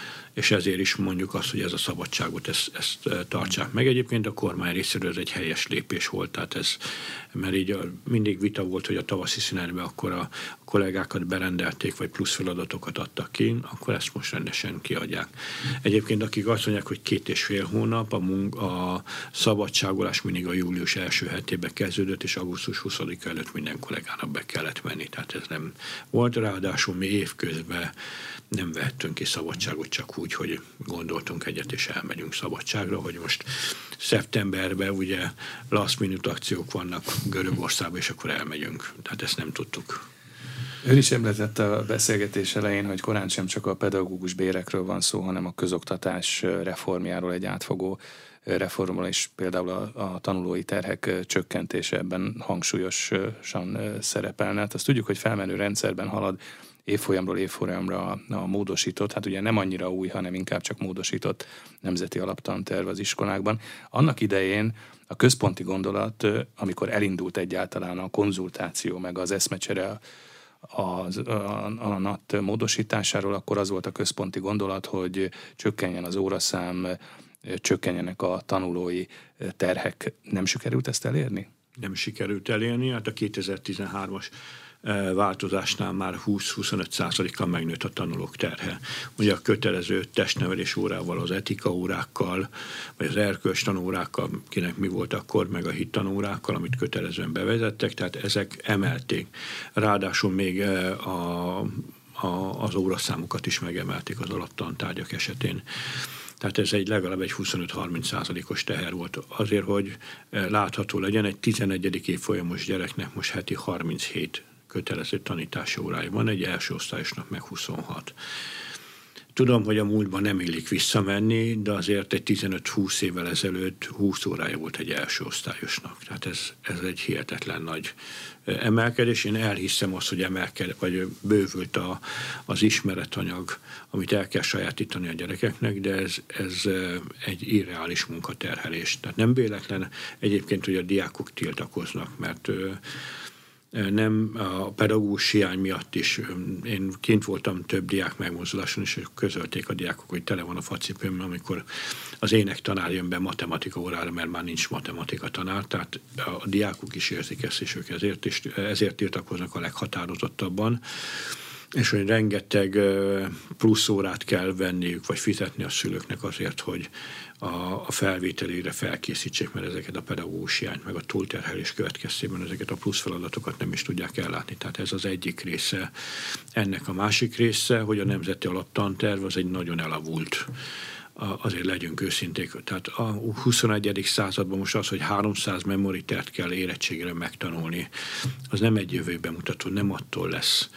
és ezért is mondjuk azt, hogy ez a szabadságot, ezt, ezt tartsák meg. Egyébként a kormány részéről ez egy helyes lépés volt, tehát ez, mert így mindig vita volt, hogy a tavaszi szünetben akkor a kollégákat berendelték, vagy plusz feladatokat adtak ki, akkor ezt most rendesen kiadják. Egyébként akik azt mondják, hogy két és fél hónap, a, munk, a szabadságolás mindig a július első hetében kezdődött, és augusztus huszadika előtt minden kollégának be kellett menni, tehát ez nem volt. Ráadásul mi évközben nem vehettünk ki szabadságot csak úgy, hogy gondoltunk egyet, és elmegyünk szabadságra, hogy most szeptemberben ugye last minute akciók vannak Görögországban, és akkor elmegyünk. Tehát ezt nem tudtuk. Ön is említette a beszélgetés elején, hogy korán sem csak a pedagógus bérekről van szó, hanem a közoktatás reformjáról, egy átfogó reformról, és például a, a tanulói terhek csökkentése ebben hangsúlyosan szerepelne. Hát azt tudjuk, hogy felmenő rendszerben halad évfolyamról évfolyamra a, a módosított, hát ugye nem annyira új, hanem inkább csak módosított nemzeti alaptanterv az iskolákban. Annak idején a központi gondolat, amikor elindult egyáltalán a konzultáció, meg az eszmecsere az, a, a NAT módosításáról, akkor az volt a központi gondolat, hogy csökkenjen az óraszám, csökkenjenek a tanulói terhek. Nem sikerült ezt elérni? Nem sikerült elérni, hát a kétezer-tizenhármas változásnál már húsz-huszonöt százalékkal megnőtt a tanulók terhe. Ugye a kötelező testnevelés órával, az etika órákkal, vagy az erkölcs tanórákkal, kinek mi volt akkor, meg a hit tanórákkal, amit kötelezően bevezettek, tehát ezek emelték. Ráadásul még a, a, az óraszámokat is megemelték az alaptantárgyak esetén. Tehát ez egy legalább egy huszonöt-harminc százalékos teher volt. Azért, hogy látható legyen, egy tizenegyedik évfolyamos gyereknek most heti harminchét kötelező tanítási órája van, egy első osztályosnak meg huszonhat. Tudom, hogy a múltban nem illik visszamenni, de azért egy tizenöt-húsz évvel ezelőtt húsz órája volt egy első osztályosnak. Tehát ez, ez egy hihetetlen nagy emelkedés. Én elhiszem azt, hogy emelkedett, vagy bővült a, az ismeretanyag, amit el kell sajátítani a gyerekeknek, de ez, ez egy irreális munkaterhelés. Tehát nem véletlen egyébként, hogy a diákok tiltakoznak, mert nem a pedagógus hiány miatt is. Én kint voltam több diák megmozduláson, és közölték a diákok, hogy tele van a facipőm, amikor az énektanár jön be matematika órára, mert már nincs matematika tanár, tehát a diákok is érzik ezt, és ők ezért, is, ezért tiltakoznak a leghatározottabban, és hogy rengeteg plusz órát kell venniük, vagy fizetni a szülőknek azért, hogy a, a felvételére felkészítsék, mert ezeket a pedagógus hiányt, meg a túlterhelés következtében ezeket a plusz feladatokat nem is tudják ellátni. Tehát ez az egyik része. Ennek a másik része, hogy a nemzeti alaptanterv az egy nagyon elavult. Azért legyünk őszinték. Tehát a huszonegyedik században most az, hogy háromszáz memoritert kell érettségre megtanulni, az nem egy jövőben mutató, nem attól lesz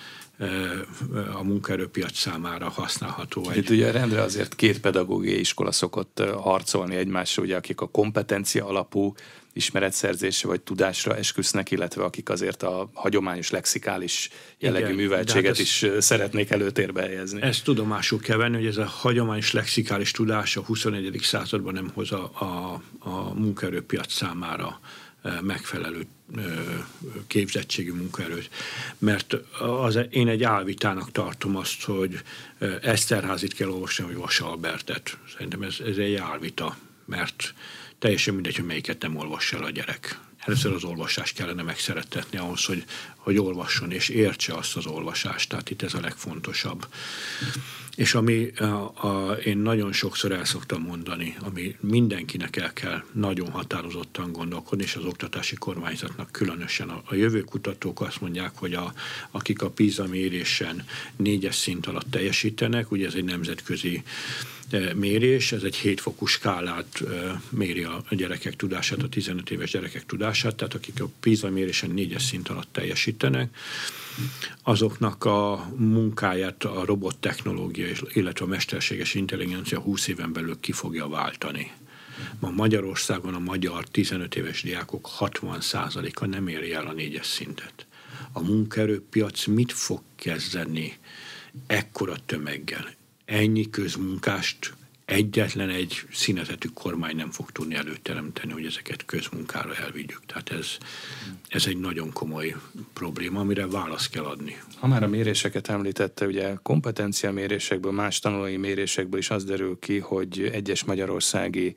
a munkaerőpiac számára használható. Itt ugye rendre azért két pedagógiai iskola szokott harcolni egymásra, ugye, akik a kompetencia alapú ismeretszerzésre vagy tudásra esküsznek, illetve akik azért a hagyományos lexikális jellegű Igen, műveltséget hát is szeretnék előtérbe helyezni. Ezt tudomásul kell venni, hogy ez a hagyományos lexikális tudás a huszonegyedik században nem hoz a, a, a munkaerőpiac számára megfelelő képzettségű munkaerőt. Mert az, én egy álvitának tartom azt, hogy Eszterházit kell olvasni, vagy Vas Albertet. Szerintem ez, ez egy álvita, mert teljesen mindegy, hogy melyiket nem olvassa el a gyerek. Először az olvasást kellene megszerettetni ahhoz, hogy, hogy olvasson és értse azt az olvasást. Tehát itt ez a legfontosabb. És ami a, a, én nagyon sokszor el szoktam mondani, ami mindenkinek el kell nagyon határozottan gondolkodni, és az oktatási kormányzatnak különösen. A, a jövőkutatók azt mondják, hogy a, akik a PISA mérésen négyes szint alatt teljesítenek, ugye ez egy nemzetközi mérés, ez egy hétfokú skálát méri a gyerekek tudását, a tizenöt éves gyerekek tudását, tehát akik a PISA mérésen négyes szint alatt teljesítenek, azoknak a munkáját a robottechnológia, illetve a mesterséges intelligencia húsz éven belül ki fogja váltani. Ma Magyarországon a magyar tizenöt éves diákok hatvan százaléka nem éri el a négyes szintet. A munkaerőpiac mit fog kezdeni ekkora tömeggel? Ennyi közmunkást egyetlen egy színezetű kormány nem fog tudni előteremteni, hogy ezeket közmunkára elvigyük. Tehát ez, ez egy nagyon komoly probléma, amire választ kell adni. Ha már a méréseket említette, ugye kompetencia mérésekből, más tanulói mérésekből is az derül ki, hogy egyes magyarországi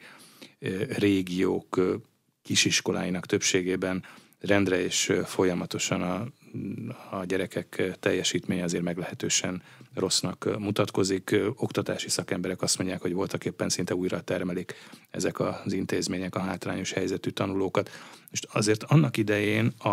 régiók kisiskoláinak többségében rendre és folyamatosan a, a gyerekek teljesítménye azért meglehetősen rossznak mutatkozik. Oktatási szakemberek azt mondják, hogy voltak éppen szinte újra termelik ezek az intézmények a hátrányos helyzetű tanulókat. Most azért annak idején a,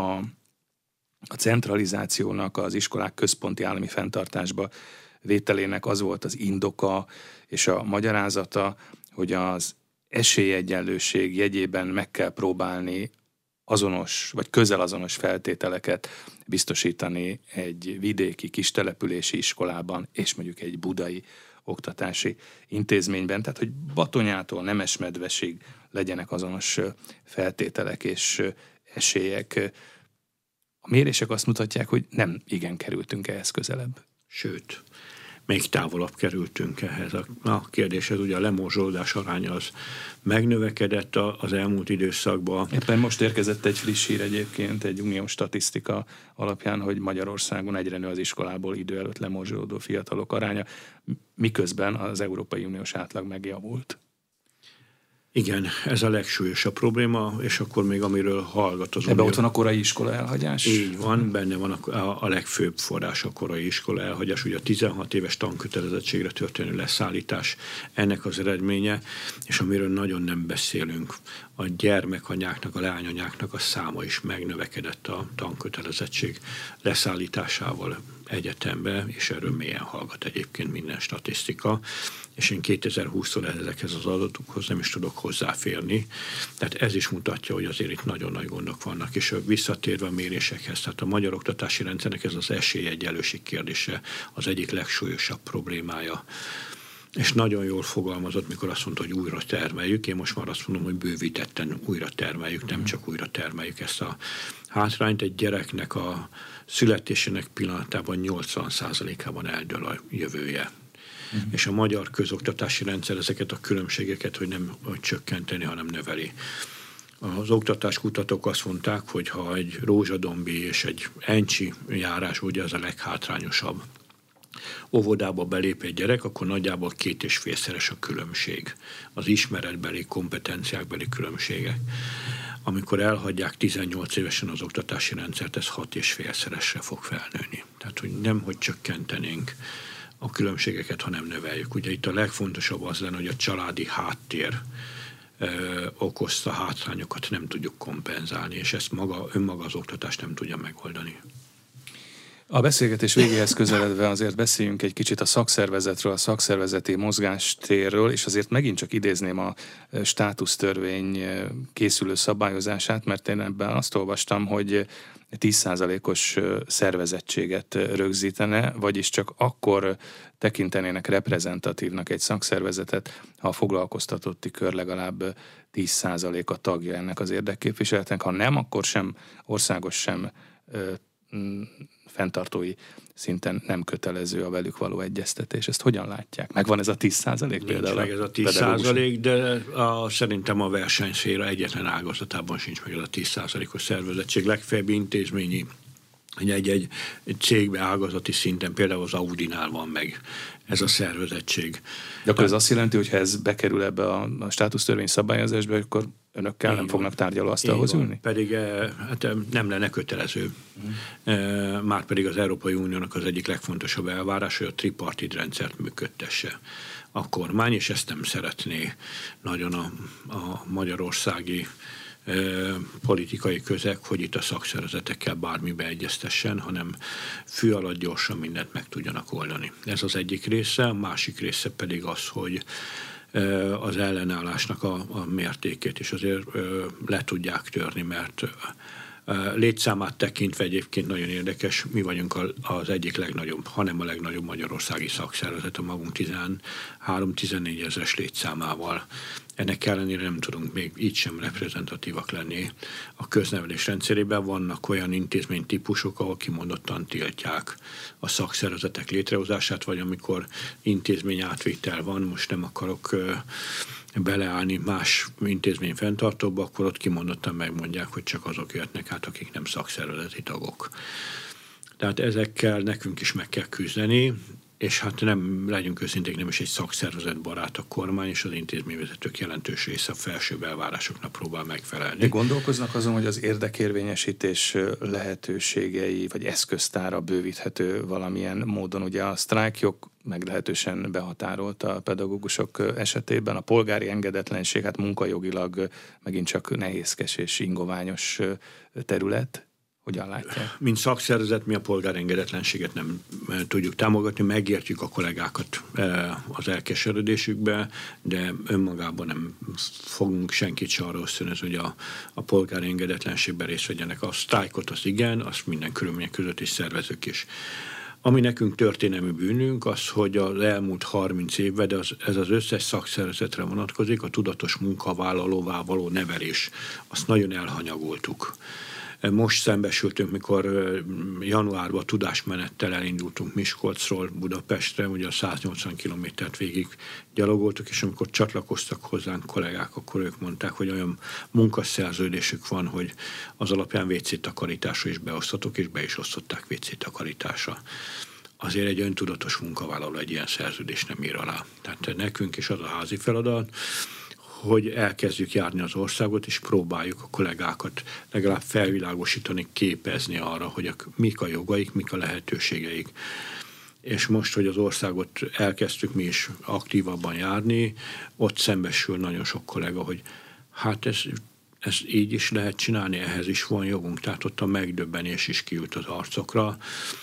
a centralizációnak, az iskolák központi állami fenntartásba vételének az volt az indoka és a magyarázata, hogy az esélyegyenlőség jegyében meg kell próbálni azonos, vagy közel azonos feltételeket biztosítani egy vidéki kistelepülési iskolában, és mondjuk egy budai oktatási intézményben. Tehát, hogy Batonyától Nemesmedvesig legyenek azonos feltételek és esélyek. A mérések azt mutatják, hogy nem igen kerültünk ehhez közelebb. Sőt, még távolabb kerültünk ehhez. A kérdés, ez ugye a lemorzsolódás aránya az megnövekedett az elmúlt időszakban. Éppen most érkezett egy friss hír egyébként, egy uniós statisztika alapján, hogy Magyarországon egyre nő az iskolából idő előtt lemorzsolódó fiatalok aránya, miközben az Európai Uniós átlag megjavult. Igen, ez a legsúlyosabb probléma, és akkor még amiről hallgat az Ebben unió... ott van a korai iskola elhagyás? Így van, benne van a, a, a legfőbb forrás a korai iskola elhagyás, ugye a tizenhat éves tankötelezettségre történő leszállítás ennek az eredménye, és amiről nagyon nem beszélünk, a gyermekanyáknak, a leányanyáknak a száma is megnövekedett a tankötelezettség leszállításával egyetembe, és erről mélyen hallgat egyébként minden statisztika, és én kétezer-húsztól ezekhez az adatokhoz nem is tudok hozzáférni. Tehát ez is mutatja, hogy azért itt nagyon nagy gondok vannak, és visszatérve a mérésekhez, tehát a magyar oktatási rendszernek ez az esélyegyenlőség kérdése az egyik legsúlyosabb problémája. És nagyon jól fogalmazott, mikor azt mondta, hogy újra termeljük. Én most már azt mondom, hogy bővítetten újra termeljük, nem csak újra termeljük ezt a hátrányt. Egy gyereknek a születésének pillanatában nyolcvan százalékában eldől a jövője. Uh-huh. És a magyar közoktatási rendszer ezeket a különbségeket, hogy nem hogy csökkenteni, hanem növeli. Az oktatáskutatók azt mondták, hogy ha egy rózsadombi és egy encsi járás, ugye az a leghátrányosabb, óvodába belép egy gyerek, akkor nagyjából két és félszeres a különbség. Az ismeretbeli, kompetenciákbeli különbségek. Amikor elhagyják tizennyolc évesen az oktatási rendszert, ez hat és félszeresre fog felnőni. Tehát, hogy nem, hogy csökkentenénk a különbségeket, hanem növeljük. Ugye itt a legfontosabb az lenne, hogy a családi háttér ö, okozta hátrányokat nem tudjuk kompenzálni, és ezt maga, önmaga az oktatás nem tudja megoldani. A beszélgetés végéhez közeledve azért beszéljünk egy kicsit a szakszervezetről, a szakszervezeti mozgástérről, és azért megint csak idézném a státusztörvény készülő szabályozását, mert én ebben azt olvastam, hogy tíz százalékos szervezettséget rögzítene, vagyis csak akkor tekintenének reprezentatívnak egy szakszervezetet, ha a foglalkoztatotti kör legalább tíz százalék a tagja ennek az érdekképviseletnek, ha nem, akkor sem országos, sem fenntartói szinten nem kötelező a velük való egyeztetés. Ezt hogyan látják? Megvan ez a tíz százalék például? Nincs meg ez a tíz százalék, de a, szerintem a versenyszféra egyetlen ágazatában sincs meg ez a tíz százalékos szervezettség. Legfeljebb intézményi, egy, egy, egy cégbe ágazati szinten, például az Audinál van meg ez a szervezettség. De akkor ez azt jelenti, hogy ha ez bekerül ebbe a, a státusztörvény szabályozásba, akkor önökkel nem fognak tárgyalóasztalhoz ülni? Pedig hát nem lenne kötelező. Uh-huh. Márpedig az Európai Uniónak az egyik legfontosabb elvárás, hogy a tripartit rendszert működtesse a kormány, és ezt nem szeretné nagyon a, a magyarországi politikai közeg, hogy itt a szakszervezetekkel bármibe egyeztessen, hanem fű alatt gyorsan mindent meg tudjanak oldani. Ez az egyik része, a másik része pedig az, hogy az ellenállásnak a, a mértékét is azért le tudják törni, mert létszámát tekintve egyébként nagyon érdekes, mi vagyunk az egyik legnagyobb, hanem a legnagyobb magyarországi szakszervezet, a magunk tizenhárom-tizennégy ezres létszámával. Ennek ellenére nem tudunk még így sem reprezentatívak lenni. A köznevelés rendszerében vannak olyan intézménytípusok, ahol kimondottan tiltják a szakszervezetek létrehozását, vagy amikor intézmény átvétel van, most nem akarok beleállni más intézmény fenntartóba, akkor ott kimondottan megmondják, hogy csak azok jöhetnek át, akik nem szakszervezeti tagok. Tehát ezekkel nekünk is meg kell küzdeni, és hát nem, legyünk őszinték, nem is egy szakszervezetbarát a kormány, és az intézményvezetők jelentős része a felső elvárásoknak próbál megfelelni. De gondolkoznak azon, hogy az érdekérvényesítés lehetőségei, vagy eszköztára bővíthető valamilyen módon? Ugye a sztrájkjog meglehetősen behatárolt a pedagógusok esetében, a polgári engedetlenség, hát munkajogilag megint csak nehézkes és ingoványos terület. Hogyan látják? Mint szakszervezet mi a polgárengedetlenséget nem tudjuk támogatni, megértjük a kollégákat az elkeseredésükbe, de önmagában nem fogunk senkit se arra ösztönözni, hogy a, a polgárengedetlenségben részt vegyenek. A sztrájkot az igen, azt minden körülmények között is szervezők is. Ami nekünk történelmi bűnünk, az, hogy az elmúlt harminc évben, de az, ez az összes szakszervezetre vonatkozik, a tudatos munkavállalóvá való nevelés, azt nagyon elhanyagoltuk. Most szembesültünk, mikor januárban tudásmenettel elindultunk Miskolcról Budapestre, ugye a száznyolcvan kilométert végig gyalogoltuk, és amikor csatlakoztak hozzánk kollégák, akkor ők mondták, hogy olyan munkaszerződésük van, hogy az alapján vé cé takarításra is beosztatok, és be is osztották vé cé takarításra. Azért egy öntudatos munkavállaló egy ilyen szerződést nem ír alá. Tehát nekünk is az a házi feladat, hogy elkezdjük járni az országot, és próbáljuk a kollégákat legalább felvilágosítani, képezni arra, hogy a, mik a jogaik, mik a lehetőségeik. És most, hogy az országot elkezdtük mi is aktívabban járni, ott szembesül nagyon sok kollega, hogy hát ez, ez így is lehet csinálni, ehhez is van jogunk. Tehát ott a megdöbbenés is kiült az arcokra,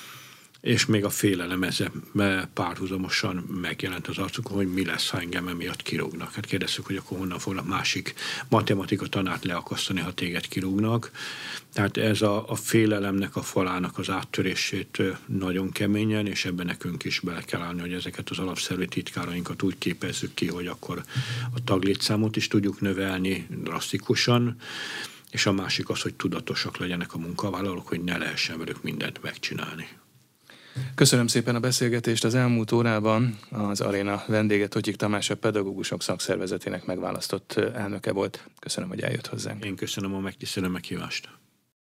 és még a félelem ezzel párhuzamosan megjelent az arcukon, hogy mi lesz, ha engem emiatt kirúgnak. Hát kérdezzük, hogy akkor honnan fognak másik matematika tanárt leakasztani, ha téged kirúgnak. Tehát ez a, a félelemnek, a falának az áttörését nagyon keményen, és ebben nekünk is bele kell állni, hogy ezeket az alapszervi titkárainkat úgy képezzük ki, hogy akkor a taglétszámot is tudjuk növelni drasztikusan, és a másik az, hogy tudatosak legyenek a munkavállalók, hogy ne lehessen velük mindent megcsinálni. Köszönöm szépen a beszélgetést. Az elmúlt órában az Aréna vendége Totyik Tamás, a Pedagógusok Szakszervezetének megválasztott elnöke volt. Köszönöm, hogy eljött hozzánk. Én köszönöm a megtisztelő meghívást.